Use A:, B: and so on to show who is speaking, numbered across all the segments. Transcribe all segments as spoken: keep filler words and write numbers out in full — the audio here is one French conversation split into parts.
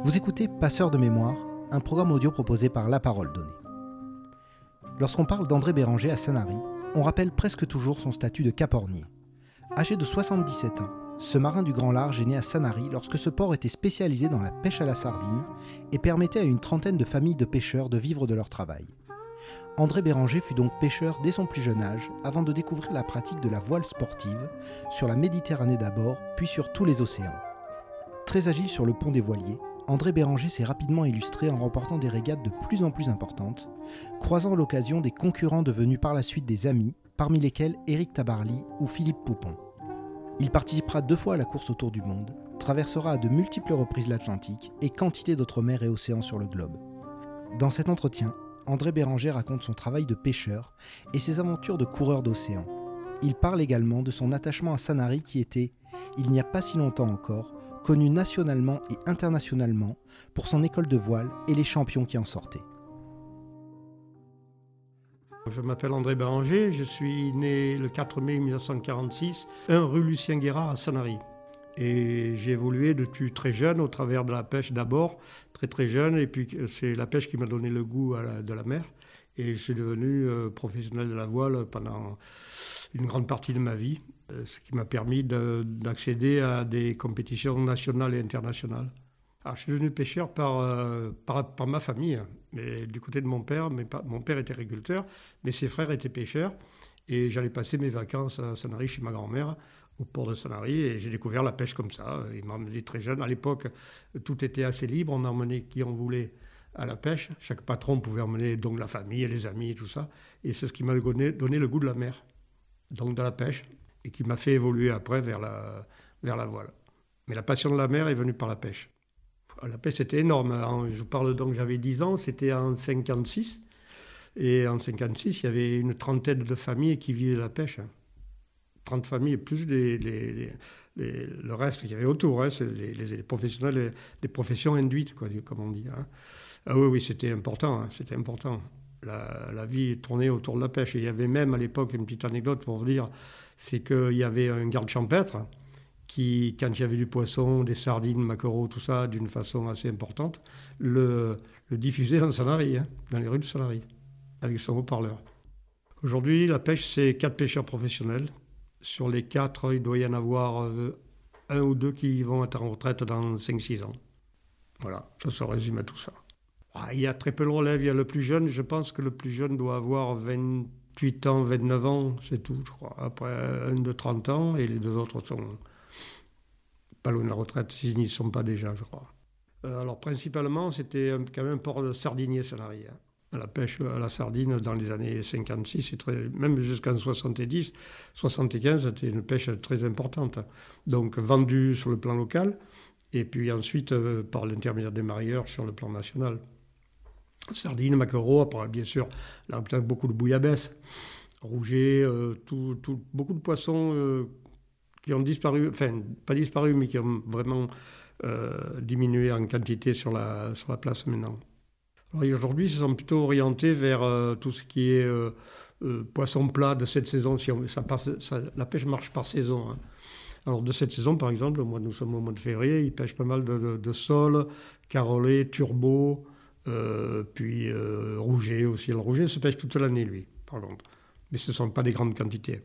A: Vous écoutez Passeurs de mémoire, un programme audio proposé par La Parole Donnée. Lorsqu'on parle d'André Béranger à Sanary, on rappelle presque toujours son statut de capornier. Âgé de soixante-dix-sept ans, ce marin du grand large est né à Sanary lorsque ce port était spécialisé dans la pêche à la sardine et permettait à une trentaine de familles de pêcheurs de vivre de leur travail. André Béranger fut donc pêcheur dès son plus jeune âge avant de découvrir la pratique de la voile sportive, sur la Méditerranée d'abord, puis sur tous les océans. Très agile sur le pont des voiliers, André Béranger s'est rapidement illustré en remportant des régates de plus en plus importantes, croisant à l'occasion des concurrents devenus par la suite des amis, parmi lesquels Éric Tabarly ou Philippe Poupon. Il participera deux fois à la course autour du monde, traversera à de multiples reprises l'Atlantique et quantité d'autres mers et océans sur le globe. Dans cet entretien, André Béranger raconte son travail de pêcheur et ses aventures de coureur d'océan. Il parle également de son attachement à Sanary qui était, il n'y a pas si longtemps encore, connu nationalement et internationalement pour son école de voile et les champions qui en sortaient.
B: Je m'appelle André Béranger, je suis né le quatre mai mille neuf cent quarante-six, un rue Lucien Guérard à Sanary. Et j'ai évolué depuis très jeune au travers de la pêche d'abord, très très jeune, et puis c'est la pêche qui m'a donné le goût à la, de la mer. Et je suis devenu euh, professionnel de la voile pendant une grande partie de ma vie, euh, ce qui m'a permis de, d'accéder à des compétitions nationales et internationales. Alors, je suis devenu pêcheur par, euh, par, par ma famille, mais du côté de mon père. Mais pas, mon père était agriculteur, mais ses frères étaient pêcheurs. Et j'allais passer mes vacances à Sanary chez ma grand-mère, au port de Sanary, et j'ai découvert la pêche comme ça. Il m'a emmené très jeune. À l'époque, tout était assez libre. On emmenait qui on voulait à la pêche. Chaque patron pouvait emmener donc la famille, les amis et tout ça. Et c'est ce qui m'a donné, donné le goût de la mer, donc de la pêche, et qui m'a fait évoluer après vers la, vers la voile. Mais la passion de la mer est venue par la pêche. La pêche, c'était énorme. Je vous parle donc, j'avais dix ans, c'était en cinquante-six. Et en cinquante-six, il y avait une trentaine de familles qui vivaient de la pêche. trente familles, plus les, les, les, les, le reste qu'il y avait autour, hein, les, les, les professionnels, les, les professions induites, quoi, comme on dit. Hein. Ah oui, oui, c'était important, hein, c'était important. La, la vie tournait autour de la pêche. Et il y avait même à l'époque une petite anecdote pour vous dire, c'est qu'il y avait un garde champêtre qui, quand il y avait du poisson, des sardines, maquereaux, tout ça, d'une façon assez importante, le, le diffusait dans Sanary, hein, dans les rues de Sanary, avec son haut-parleur. Aujourd'hui, la pêche, c'est quatre pêcheurs professionnels. Sur les quatre, il doit y en avoir euh, un ou deux qui vont être en retraite dans cinq six ans. Voilà, ça se résume à tout ça. Ah, il y a très peu de relève. Il y a le plus jeune, je pense que le plus jeune doit avoir vingt-huit ans, vingt-neuf ans, c'est tout, je crois. Après, un de trente ans, et les deux autres sont pas loin de la retraite, s'ils n'y sont pas déjà, je crois. Euh, alors, principalement, c'était quand même un port de sardinier Sanary, hein. La pêche à la sardine dans les années cinquante-six, c'est très, même jusqu'en soixante-dix, soixante-quinze, c'était une pêche très importante. Donc vendue sur le plan local, et puis ensuite euh, par l'intermédiaire des mareyeurs sur le plan national. Sardines, maquereaux, après bien sûr, là, beaucoup de bouillabaisse, rouget, euh, tout, tout, beaucoup de poissons euh, qui ont disparu, enfin pas disparu, mais qui ont vraiment euh, diminué en quantité sur la, sur la place maintenant. Alors aujourd'hui, ils se sont plutôt orientés vers euh, tout ce qui est euh, euh, poisson plat de cette saison. Si on, ça passe, ça, la pêche marche par saison, hein. Alors de cette saison, par exemple, moi, nous sommes au mois de février, ils pêchent pas mal de, de, de sole, carolé, turbo, euh, puis euh, rouget aussi. Le rouget se pêche toute l'année, lui, par contre. Mais ce ne sont pas des grandes quantités.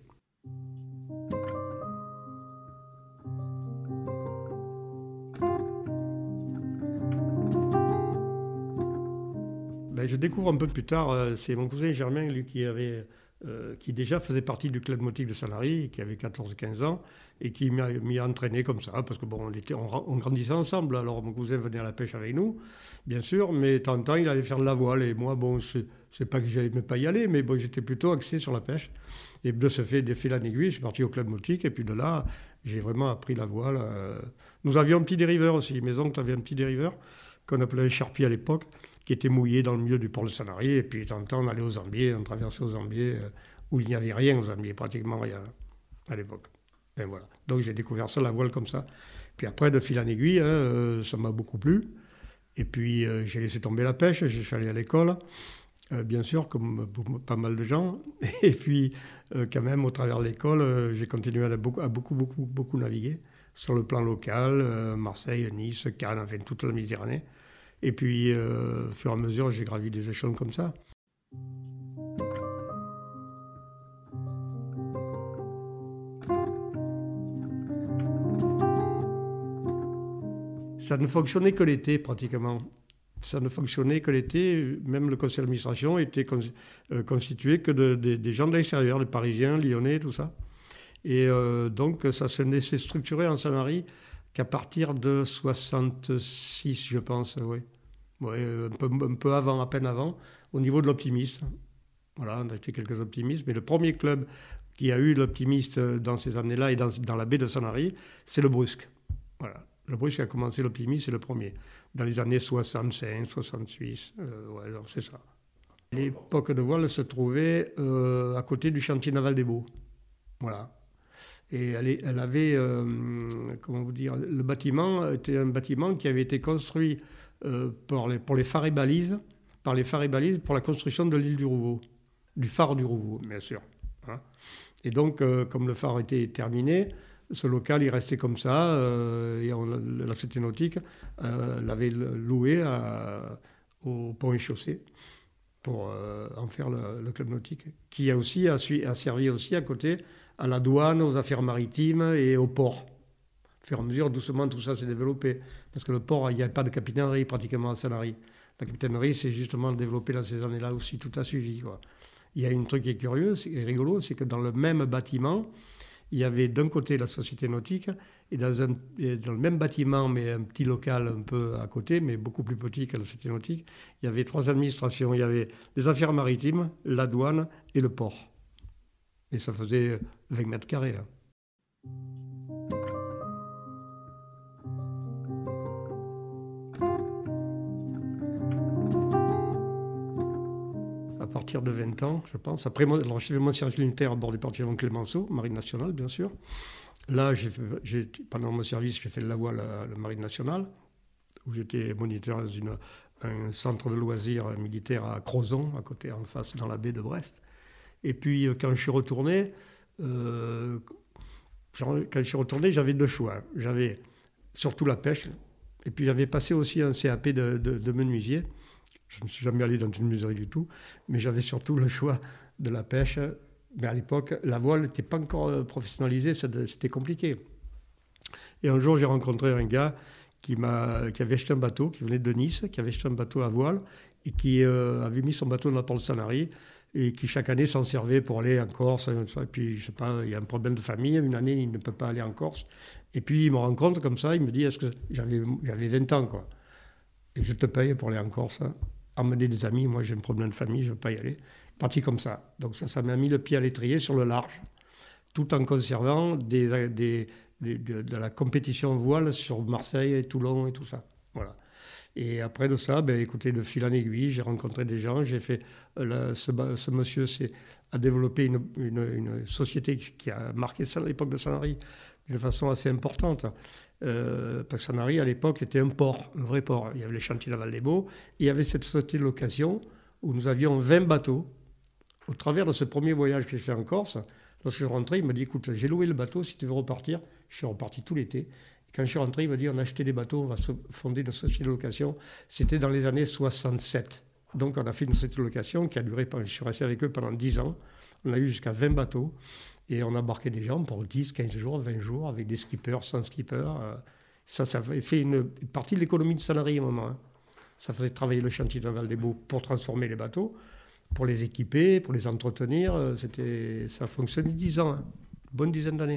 B: Ben, je découvre un peu plus tard, euh, c'est mon cousin Germain, lui, qui, avait, euh, qui déjà faisait partie du club nautique de Sanary, qui avait quatorze quinze ans, et qui m'a, m'y a entraîné comme ça, parce que bon, on, était, on, on grandissait ensemble. Alors mon cousin venait à la pêche avec nous, bien sûr, mais de temps en temps, il allait faire de la voile. Et moi, bon, c'est, c'est pas que j'aimais pas y aller, mais bon, j'étais plutôt axé sur la pêche. Et de ce fait, de fil en aiguille, je suis parti au club nautique, et puis de là, j'ai vraiment appris la voile. Euh. Nous avions un petit dériveur aussi. Mes oncles avaient un petit dériveur, qu'on appelait un charpie à l'époque, qui était mouillé dans le milieu du port de Sanary, et puis de temps en temps, on allait aux Ambiers, on traversait aux Ambiers, euh, où il n'y avait rien aux Ambiers, pratiquement rien, à l'époque. Et voilà. Donc j'ai découvert ça, la voile comme ça. Puis après, de fil en aiguille, hein, euh, ça m'a beaucoup plu. Et puis euh, j'ai laissé tomber la pêche, je suis allé à l'école, euh, bien sûr, comme beaucoup, pas mal de gens. Et puis, euh, quand même, au travers de l'école, euh, j'ai continué à beaucoup, à beaucoup, beaucoup, beaucoup naviguer. sur le plan local, euh, Marseille, Nice, Cannes, enfin toute la Méditerranée. Et puis, euh, au fur et à mesure, j'ai gravi des échelons comme ça. Ça ne fonctionnait que l'été, pratiquement. Ça ne fonctionnait que l'été. Même le conseil d'administration était con, euh, constitué que de, de, des gens de l'extérieur, des Parisiens, Lyonnais, tout ça. Et euh, donc, ça s'est structuré en Sanary qu'à partir de soixante-six, je pense, oui. Ouais, un, peu, un peu avant, à peine avant, au niveau de l'optimiste. Voilà, on a été quelques optimistes. Mais le premier club qui a eu l'optimiste dans ces années-là et dans, dans la baie de Sanary, c'est le Brusque. Voilà. Le Brusque a commencé l'optimiste, c'est le premier. Dans les années soixante-cinq, soixante-six, euh, ouais, c'est ça. L'époque de voile se trouvait euh, à côté du chantier naval des Baux. Voilà. Et elle, elle avait, euh, comment vous dire, le bâtiment était un bâtiment qui avait été construit euh, pour, les, pour les phares et balises, par les phares et balises pour la construction de l'île du Rouvreau, du phare du Rouvreau, bien sûr. Hein. Et donc, euh, comme le phare était terminé, ce local, il restait comme ça, euh, et on, la Société nautique euh, l'avait loué à, au pont et chaussée pour euh, en faire le, le club nautique, qui a aussi a, a servi aussi à côté à la douane, aux affaires maritimes et au port. Au fur et à mesure, doucement, tout ça s'est développé. Parce que le port, il n'y a pas de capitainerie pratiquement à Sanary. La capitainerie, c'est justement développé dans ces années-là aussi, tout a suivi, quoi. Il y a un truc qui est curieux, c'est rigolo, c'est que dans le même bâtiment, il y avait d'un côté la Société nautique, et dans, un, et dans le même bâtiment, mais un petit local un peu à côté, mais beaucoup plus petit que la Société nautique, il y avait trois administrations. Il y avait les affaires maritimes, la douane et le port. Et ça faisait vingt mètres carrés. Hein. À partir de vingt ans, je pense. Après, moi, alors, j'ai fait mon service militaire à bord du bâtiment Clémenceau, Marine nationale, bien sûr. Là, j'ai fait, j'ai, pendant mon service, j'ai fait de la voile à la Marine nationale, où j'étais moniteur dans une, un centre de loisirs militaire à Crozon, à côté, en face, dans la baie de Brest. Et puis, quand je suis retourné, euh, quand je suis retourné, j'avais deux choix. J'avais surtout la pêche, et puis j'avais passé aussi un C A P de, de, de menuisier. Je ne suis jamais allé dans une menuiserie du tout, mais j'avais surtout le choix de la pêche. Mais à l'époque, la voile n'était pas encore professionnalisée, c'était compliqué. Et un jour, j'ai rencontré un gars qui, m'a, qui avait acheté un bateau, qui venait de Nice, qui avait acheté un bateau à voile, et qui euh, avait mis son bateau dans la porte de Sanary, et qui chaque année s'en servait pour aller en Corse. Et puis, je sais pas, il y a un problème de famille, une année, il ne peut pas aller en Corse. Et puis, il me rencontre comme ça, il me dit, est-ce que j'avais, j'avais vingt ans, quoi. Et je te paye pour aller en Corse, hein. Emmener des amis, moi j'ai un problème de famille, je ne veux pas y aller. Parti comme ça. Donc ça, ça m'a mis le pied à l'étrier sur le large, tout en conservant des, des, des, de, de la compétition voile sur Marseille et Toulon et tout ça. Voilà. Et après de ça, ben, écoutez, de fil en aiguille, j'ai rencontré des gens, j'ai fait, euh, ce, ce monsieur c'est, a développé une, une, une société qui a marqué ça à l'époque de Sanary d'une façon assez importante. Euh, parce que Sanary, à l'époque, était un port, un vrai port. Il y avait les chantiers Naval des Baux, et il y avait cette société de location où nous avions vingt bateaux. Au travers de ce premier voyage que j'ai fait en Corse, lorsque je suis rentré, il m'a dit, écoute, j'ai loué le bateau, si tu veux repartir. Je suis reparti tout l'été. Et quand je suis rentré, il m'a dit, on a acheté des bateaux, on va fonder une société de location. C'était dans les années soixante-sept. Donc on a fait une société de location qui a duré, je suis resté avec eux pendant dix ans. On a eu jusqu'à vingt bateaux. Et on embarquait des gens pour dix, quinze jours, vingt jours, avec des skippers, sans skippers. Ça, ça fait une partie de l'économie de Sanary à un moment. Hein. Ça faisait travailler le chantier de Naval des Baux pour transformer les bateaux, pour les équiper, pour les entretenir. C'était, ça fonctionnait dix ans, hein. Une bonne dizaine d'années.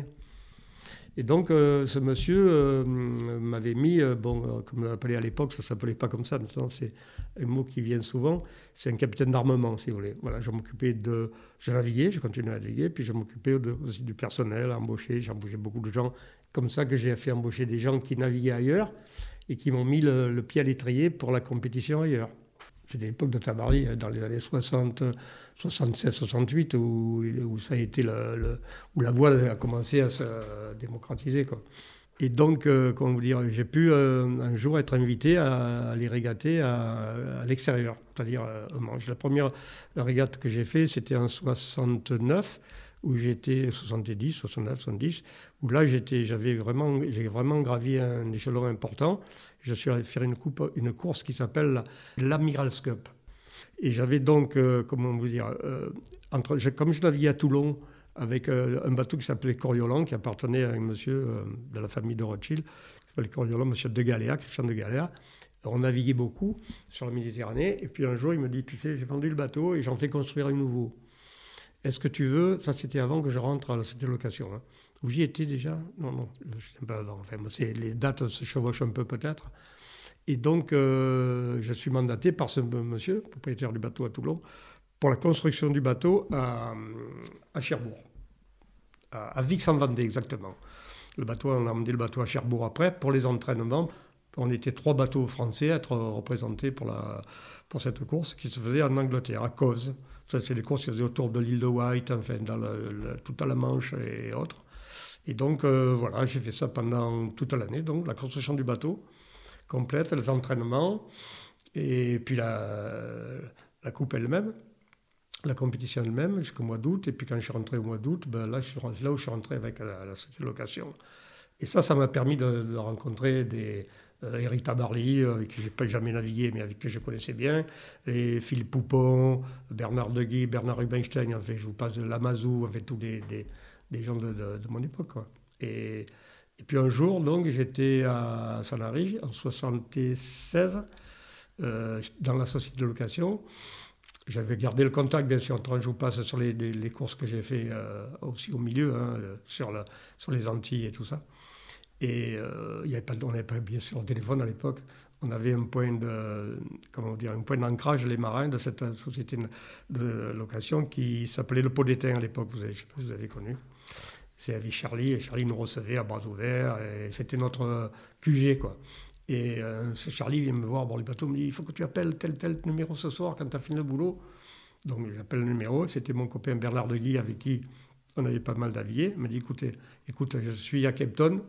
B: Et donc, euh, ce monsieur euh, m'avait mis, euh, bon, euh, comme on l'appelait à l'époque, ça ne s'appelait pas comme ça, maintenant c'est un mot qui vient souvent, c'est un capitaine d'armement, si vous voulez. Voilà, je m'occupais de... Je naviguais, je continuais à naviguer, puis je m'occupais de, aussi du personnel, embauché, j'ai embauché beaucoup de gens, comme ça que j'ai fait embaucher des gens qui naviguaient ailleurs et qui m'ont mis le, le pied à l'étrier pour la compétition ailleurs. C'était l'époque de Tabarly, dans les années soixante, soixante-sept, soixante-huit, où, où ça a été le, le, où la voile a commencé à se démocratiser, quoi. Et donc, euh, comment vous dire, j'ai pu euh, un jour être invité à aller régater à, à l'extérieur, c'est-à-dire euh, au Manche. La première régate que j'ai faite, c'était en soixante-neuf, où j'étais soixante-dix, soixante-neuf, soixante-dix, où là j'étais, j'avais vraiment, j'ai vraiment gravi un échelon important. Je suis allé faire une, coupe, une course qui s'appelle l'Amiral's Cup. Et j'avais donc, euh, comment vous dire, euh, entre, je, comme je naviguais à Toulon avec euh, un bateau qui s'appelait Coriolan, qui appartenait à un monsieur euh, de la famille de Rothschild, qui s'appelait Coriolan, monsieur de Galéa, Christian de Galéa. On naviguait beaucoup sur la Méditerranée. Et puis un jour, il me dit, tu sais, j'ai vendu le bateau et j'en fais construire un nouveau. Est-ce que tu veux, ça c'était avant que je rentre à la société de location, hein. Où j'y étais déjà? Non, non, je sais pas avant. Enfin, c'est, les dates se chevauchent un peu peut-être. Et donc, euh, je suis mandaté par ce monsieur, propriétaire du bateau à Toulon, pour la construction du bateau à, à Cherbourg, à, à Vix-en-Vendée exactement. Le bateau, on a emmené le bateau à Cherbourg après pour les entraînements. On était trois bateaux français à être représentés pour, la, pour cette course qui se faisait en Angleterre, à Cowes. Ça, c'est des courses qui se faisaient autour de l'île de Wight, enfin, dans le, le, toute la Manche et autres. Et donc, euh, voilà, j'ai fait ça pendant toute l'année, donc la construction du bateau complète, les entraînements, et puis la, la coupe elle-même, la compétition elle-même, jusqu'au mois d'août. Et puis quand je suis rentré au mois d'août, ben là, je suis, là où je suis rentré avec la, la société de location. Et ça, ça m'a permis de, de rencontrer des... Euh, Eric Tabarly, euh, avec qui je n'ai pas jamais navigué, mais avec qui je connaissais bien, et Philippe Poupon, Bernard Deguy, Bernard Rubinstein, enfin, je vous passe de Lamazou, avec tous des, des, des gens de, de, de mon époque, quoi. Et, et puis un jour, donc, j'étais à Sanary, en soixante-seize, euh, dans la société de location. J'avais gardé le contact, bien sûr, quand je vous passe sur les, les, les courses que j'ai fait euh, aussi au milieu, hein, sur, la, sur les Antilles et tout ça. Et euh, y avait pas, on n'avait pas bien sûr le téléphone à l'époque. On avait un point de, comment dire, un point d'ancrage, les marins de cette société de location qui s'appelait le Pot d'Étain à l'époque. Vous avez, je ne sais pas si vous avez connu. C'est avec Charlie, et Charlie nous recevait à bras ouverts. Et c'était notre Q G, quoi. Et euh, ce Charlie vient me voir à bord du bateau, me dit, il faut que tu appelles tel tel numéro ce soir quand tu as fini le boulot. Donc j'appelle le numéro. C'était mon copain Bernard Deguy avec qui on avait pas mal navigué. Il me dit, écoutez, écoute, je suis à Cape Town.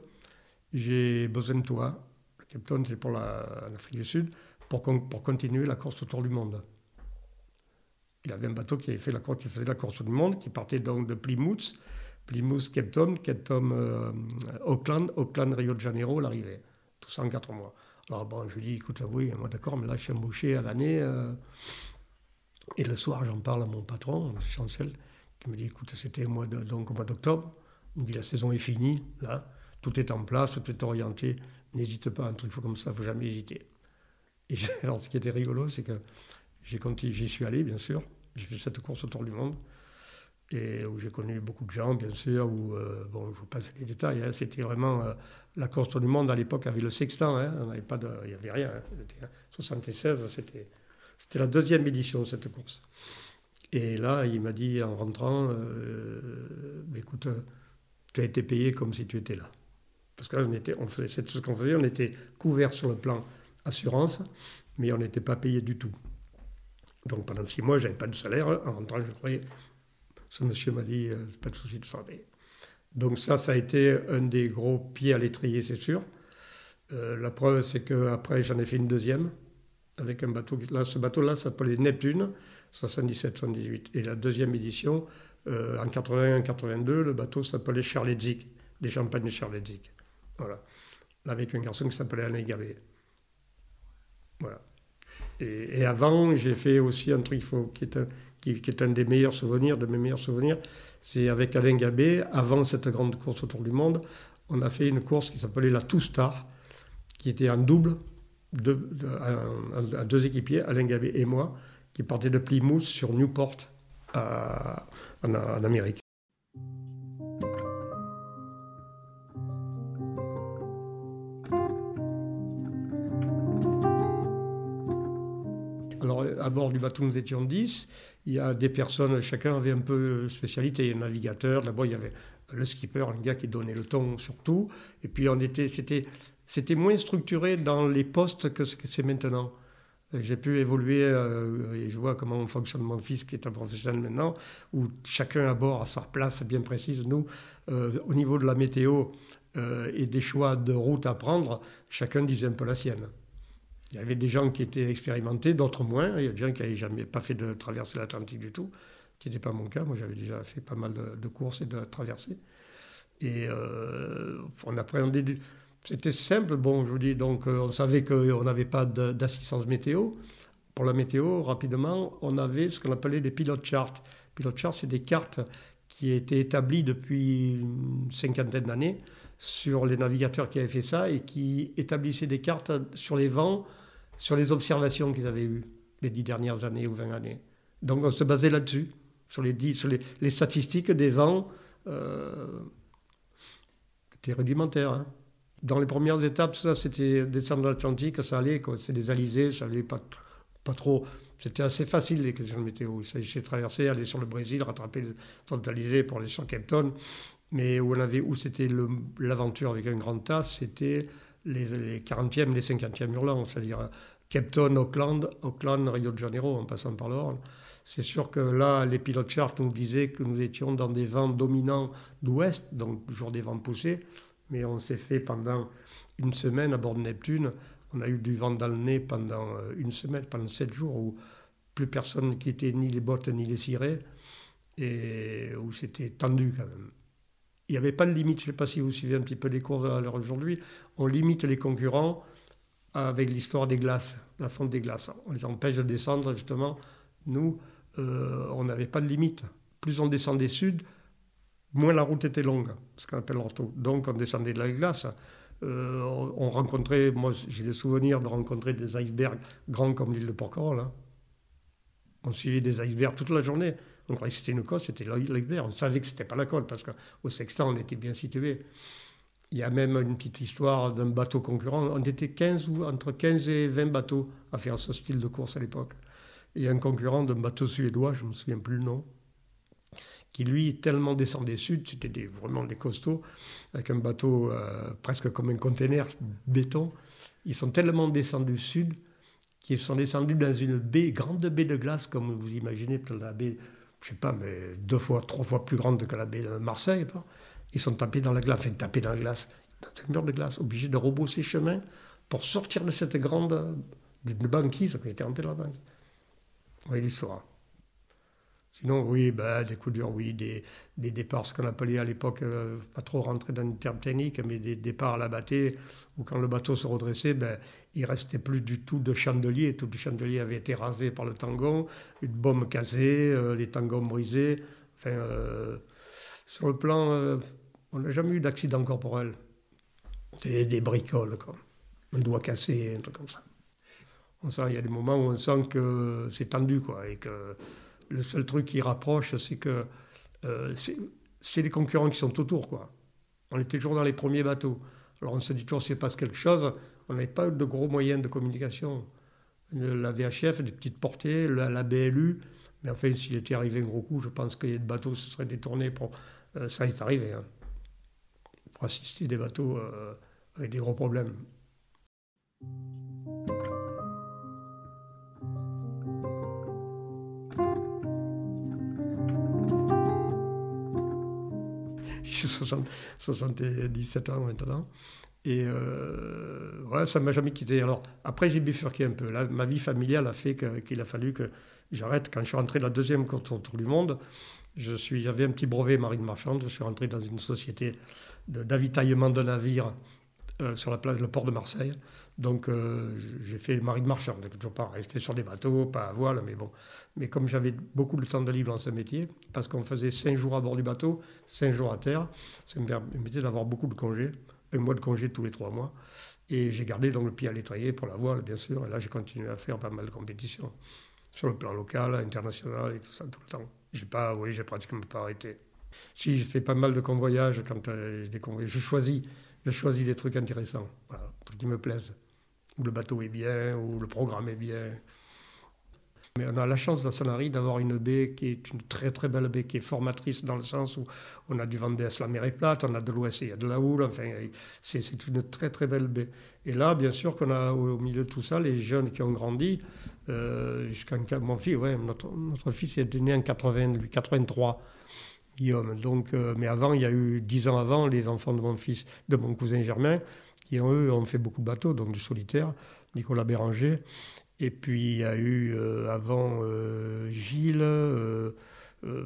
B: J'ai besoin de toi, le Cape Town, c'est pour la, l'Afrique du Sud, pour, pour continuer la course autour du monde. Il avait un bateau qui, avait fait la, qui faisait la course autour du monde, qui partait donc de Plymouth, Plymouth, Cape Town, Cape Town, euh, Auckland, Auckland, Rio de Janeiro, l'arrivée. Tout ça en quatre mois. Alors bon, je lui dis, écoute, oui, moi d'accord, mais là je suis embauché à l'année. Euh, et le soir, j'en parle à mon patron, Chancel, qui me dit, écoute, c'était au mois de, donc au mois d'octobre. Il me dit, la saison est finie, là. Tout est en place, tout est orienté. N'hésite pas, un truc comme ça, il ne faut jamais hésiter. Et alors, ce qui était rigolo, c'est que j'ai continué, j'y suis allé, bien sûr. J'ai fait cette course autour du monde, et où j'ai connu beaucoup de gens, bien sûr, où, euh, bon, je vous passe les détails, hein, c'était vraiment euh, la course autour du monde à l'époque avec le sextant, hein, on n'avait pas de, il n'y avait rien. Hein, c'était, soixante-seize, c'était, c'était la deuxième édition de cette course. Et là, il m'a dit en rentrant, euh, écoute, tu as été payé comme si tu étais là. Parce que là, on était, on faisait, c'est ce qu'on faisait, on était couverts sur le plan assurance, mais on n'était pas payé du tout. Donc pendant six mois, je n'avais pas de salaire. En rentrant, je croyais, ce monsieur m'a dit, euh, pas de souci de santé. Donc ça, ça a été un des gros pieds à l'étrier, c'est sûr. Euh, la preuve, c'est qu'après, j'en ai fait une deuxième, avec un bateau. Là, ce bateau-là s'appelait Neptune, soixante-dix-sept soixante-dix-huit. Et la deuxième édition, euh, en quatre-vingt-un quatre-vingt-deux, le bateau s'appelait Charles-Edzik, des champagnes de Charles-Edzik. Voilà. Avec un garçon qui s'appelait Alain Gabé. Voilà. Et, et avant, j'ai fait aussi un truc faut, qui, est un, qui, qui est un des meilleurs souvenirs, de mes meilleurs souvenirs. C'est avec Alain Gabé, avant cette grande course autour du monde, on a fait une course qui s'appelait la Two Star, qui était en double, de, de, à, à deux équipiers, Alain Gabé et moi, qui partait de Plymouth sur Newport, à, en, en Amérique. Alors, à bord du bateau, nous étions dix. Il y a des personnes, chacun avait un peu de spécialité. Un navigateur, d'abord, il y avait le skipper, un gars qui donnait le ton sur tout. Et puis, on était, c'était, c'était moins structuré dans les postes que ce que c'est maintenant. J'ai pu évoluer, euh, et je vois comment fonctionne mon fils, qui est un professionnel maintenant, où chacun à bord a sa place bien précise. Nous, euh, au niveau de la météo euh, et des choix de route à prendre, chacun disait un peu la sienne. Il y avait des gens qui étaient expérimentés, d'autres moins. Il y a des gens qui n'avaient jamais pas fait de traverser l'Atlantique du tout. qui n'était pas mon cas. Moi, j'avais déjà fait pas mal de, de courses et de traversées. Et euh, on appréhendait... Du... C'était simple, bon, je vous dis, donc euh, on savait qu'on n'avait pas de, d'assistance météo. Pour la météo, rapidement, on avait ce qu'on appelait des pilot charts. Pilot charts, c'est des cartes qui étaient établies depuis une cinquantaine d'années sur les navigateurs qui avaient fait ça et qui établissaient des cartes sur les vents, sur les observations qu'ils avaient eues les dix dernières années ou vingt années. Donc on se basait là-dessus, sur les, dix, sur les, les statistiques des vents. Euh, c'était rudimentaire. Hein. Dans les premières étapes, ça c'était descendre de l'Atlantique, ça allait, quoi. C'est des alizés, ça allait pas, pas trop. C'était assez facile les questions de météo. Il s'agissait de traverser, aller sur le Brésil, rattraper le fond d'Alizé pour aller sur Cape Town. Mais où, on avait, où c'était le, l'aventure avec un grand tas, c'était les, les quarantième, les cinquantième hurlants, c'est-à-dire Cape Town, Auckland, Auckland, Rio de Janeiro, en passant par l'Orne. C'est sûr que là, les pilotes charts nous disaient que nous étions dans des vents dominants d'ouest, donc toujours des vents poussés, mais on s'est fait pendant une semaine à bord de Neptune, on a eu du vent dans le nez pendant une semaine, pendant sept jours, où plus personne ne quittait ni les bottes ni les cirés, et où c'était tendu quand même. Il n'y avait pas de limite, je ne sais pas si vous suivez un petit peu les courses à l'heure d'aujourd'hui, on limite les concurrents avec l'histoire des glaces, la fonte des glaces. On les empêche de descendre, justement. Nous, euh, on n'avait pas de limite. Plus on descendait sud, moins la route était longue, ce qu'on appelle l'ortho. Donc on descendait de la glace. Euh, on rencontrait, moi j'ai le souvenir de rencontrer des icebergs grands comme l'île de Porquerolles. Hein. On suivait des icebergs toute la journée. On croyait que c'était une côte, c'était l'iceberg. On savait que ce n'était pas la côte parce qu'au Sextant, on était bien situé. Il y a même une petite histoire d'un bateau concurrent. On était quinze ou entre quinze et vingt bateaux à faire ce style de course à l'époque. Il y a un concurrent d'un bateau suédois, je ne me souviens plus le nom, qui lui tellement descendait sud, c'était des, vraiment des costauds, avec un bateau euh, presque comme un container béton. Ils sont tellement descendus sud qu'ils sont descendus dans une baie, grande baie de glace, comme vous imaginez, peut-être la baie, je ne sais pas, mais deux fois, trois fois plus grande que la baie de Marseille. Pas. Ils sont tapés dans la glace, enfin tapés dans la glace, dans un mur de glace, obligés de rebrousser chemin pour sortir de cette grande d'une banquise qui était rentrée dans la banquise. Vous voyez l'histoire. Sinon, oui, ben, des coups durs, oui, des, des départs, ce qu'on appelait à l'époque, euh, pas trop rentrer dans une terme technique, mais des départs à la bâtée, où quand le bateau se redressait, ben, il ne restait plus du tout de chandelier. Tout le chandelier avait été rasé par le tangon, une bombe cassée, euh, les tangons brisés. Enfin, euh, sur le plan, euh, on n'a jamais eu d'accident corporel. C'était des bricoles, quoi. Un doigt cassé, un truc comme ça. On sent, il y a des moments où on sent que c'est tendu, quoi, et que le seul truc qui rapproche, c'est que euh, c'est, c'est les concurrents qui sont autour, quoi. On était toujours dans les premiers bateaux. Alors on se dit toujours s'il se passe quelque chose, on n'avait pas de gros moyens de communication. La V H F, des petites portées, la, la B L U, mais enfin s'il était arrivé un gros coup, je pense que les bateaux se seraient détournés pour... Euh, ça est arrivé, hein, pour assister des bateaux euh, avec des gros problèmes. J'ai soixante-dix-sept ans maintenant. Et euh, ouais, ça ne m'a jamais quitté. Alors, après, j'ai bifurqué un peu. Là, ma vie familiale a fait que, qu'il a fallu que j'arrête. Quand je suis rentré de la deuxième course autour du monde, je suis, j'avais un petit brevet marine marchande. Je suis rentré dans une société de, d'avitaillement de navires euh, sur la plage, le port de Marseille. Donc, euh, j'ai fait marine marchande. Toujours pas rester sur des bateaux, pas à voile, mais bon. Mais comme j'avais beaucoup de temps de libre dans ce métier, parce qu'on faisait cinq jours à bord du bateau, cinq jours à terre, ça me permettait d'avoir beaucoup de congés, un mois de congés tous les trois mois. Et j'ai gardé donc le pied à l'étrier pour la voile, bien sûr. Et là, j'ai continué à faire pas mal de compétitions, sur le plan local, international et tout ça, tout le temps. J'ai pas, oui, j'ai pratiquement pas arrêté. Si, j'ai fait pas mal de convoyages quand euh, j'ai des convoyages. Je choisis, je choisis des trucs intéressants, voilà, des trucs qui me plaisent. Où le bateau est bien, où le programme est bien. Mais on a la chance à Sanary d'avoir une baie qui est une très très belle baie, qui est formatrice dans le sens où on a du vent d'est, la mer est plate, on a de l'ouest, il y a de la houle, enfin c'est, c'est une très très belle baie. Et là, bien sûr qu'on a au milieu de tout ça, les jeunes qui ont grandi, euh, jusqu'à mon fils, ouais, notre, notre fils est né en quatre-vingt, quatre-vingt-trois, Guillaume. Donc, euh, mais avant, il y a eu dix ans avant, les enfants de mon fils, de mon cousin Germain, qui ont, eux, ont fait beaucoup de bateaux, donc du solitaire, Nicolas Béranger. Et puis il y a eu euh, avant euh, Gilles, euh, euh,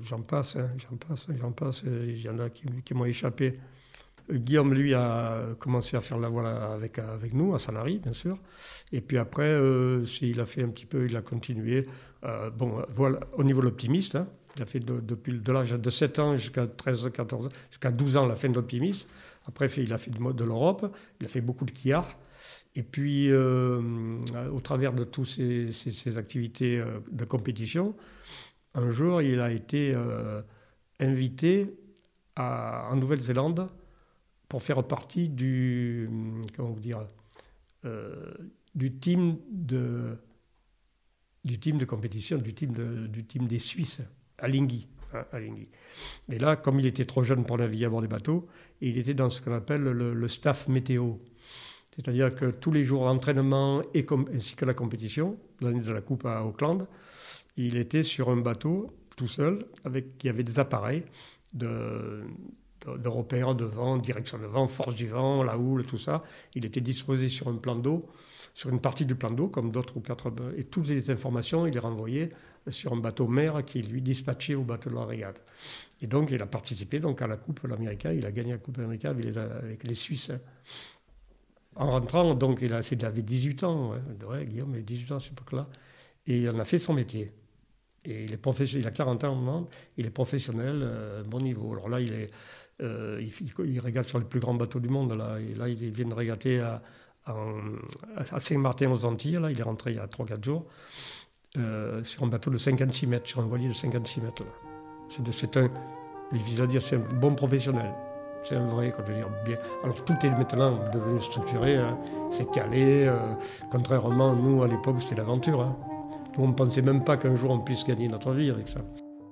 B: j'en passe, hein, j'en passe, j'en passe. Il y en a qui, qui m'ont échappé. Guillaume, lui, a commencé à faire la voile avec, avec nous, à Sanary, bien sûr. Et puis après, euh, il a fait un petit peu, il a continué. Euh, bon, voilà, au niveau de l'optimiste, hein, il a fait de, depuis de l'âge de sept ans jusqu'à treize, quatorze ans, jusqu'à douze ans, la fin de l'optimiste. Après, il a fait de, de l'Europe, il a fait beaucoup de quillard. Et puis, euh, au travers de toutes ces, ces, ces activités de compétition, un jour, il a été euh, invité à, en Nouvelle-Zélande pour faire partie du, comment vous dire, euh, du team de, du team de compétition, du team, de, du team des Suisses, à Lingui. Hein, à Lingui. Et là, comme il était trop jeune pour naviguer à bord des bateaux, il était dans ce qu'on appelle le, le staff météo. C'est-à-dire que tous les jours d'entraînement et com- ainsi que la compétition, l'année de la Coupe à Auckland, il était sur un bateau tout seul, avec, qui avait des appareils de... de repères, de vent, direction de vent, force du vent, la houle, tout ça. Il était disposé sur un plan d'eau, sur une partie du plan d'eau, comme d'autres ou quatre, et toutes les informations, il les renvoyait sur un bateau mer qui lui dispatchait au bateau de la régate. Et donc, il a participé donc, à la Coupe de l'Amérique, il a gagné la Coupe de l'Amérique avec les, avec les Suisses. En rentrant, donc, il, a, il avait dix-huit ans, ouais, ouais, Guillaume avait dix-huit ans à cette époque-là, et il en a fait son métier. Et il, est professionnel, il a quarante ans maintenant, il est professionnel, euh, bon niveau. Alors là, il est... Euh, il, il régate sur les plus grands bateaux du monde. Là, et là il vient de régater à, à Saint-Martin aux Antilles. Là, il est rentré il y a trois quatre jours euh, sur un bateau de cinquante-six mètres, sur un voilier de cinquante-six mètres. Là. C'est, de, c'est un, je veux dire, c'est un bon professionnel. C'est un vrai, quoi, je veux dire, bien. Alors tout est maintenant devenu structuré, hein, c'est calé. Euh, contrairement, nous à l'époque, c'était l'aventure. Hein. Nous, on ne pensait même pas qu'un jour on puisse gagner notre vie avec ça.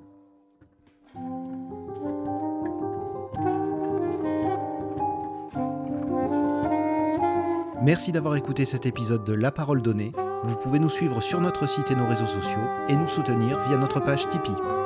A: Merci d'avoir écouté cet épisode de La Parole Donnée. Vous pouvez nous suivre sur notre site et nos réseaux sociaux et nous soutenir via notre page Tipeee.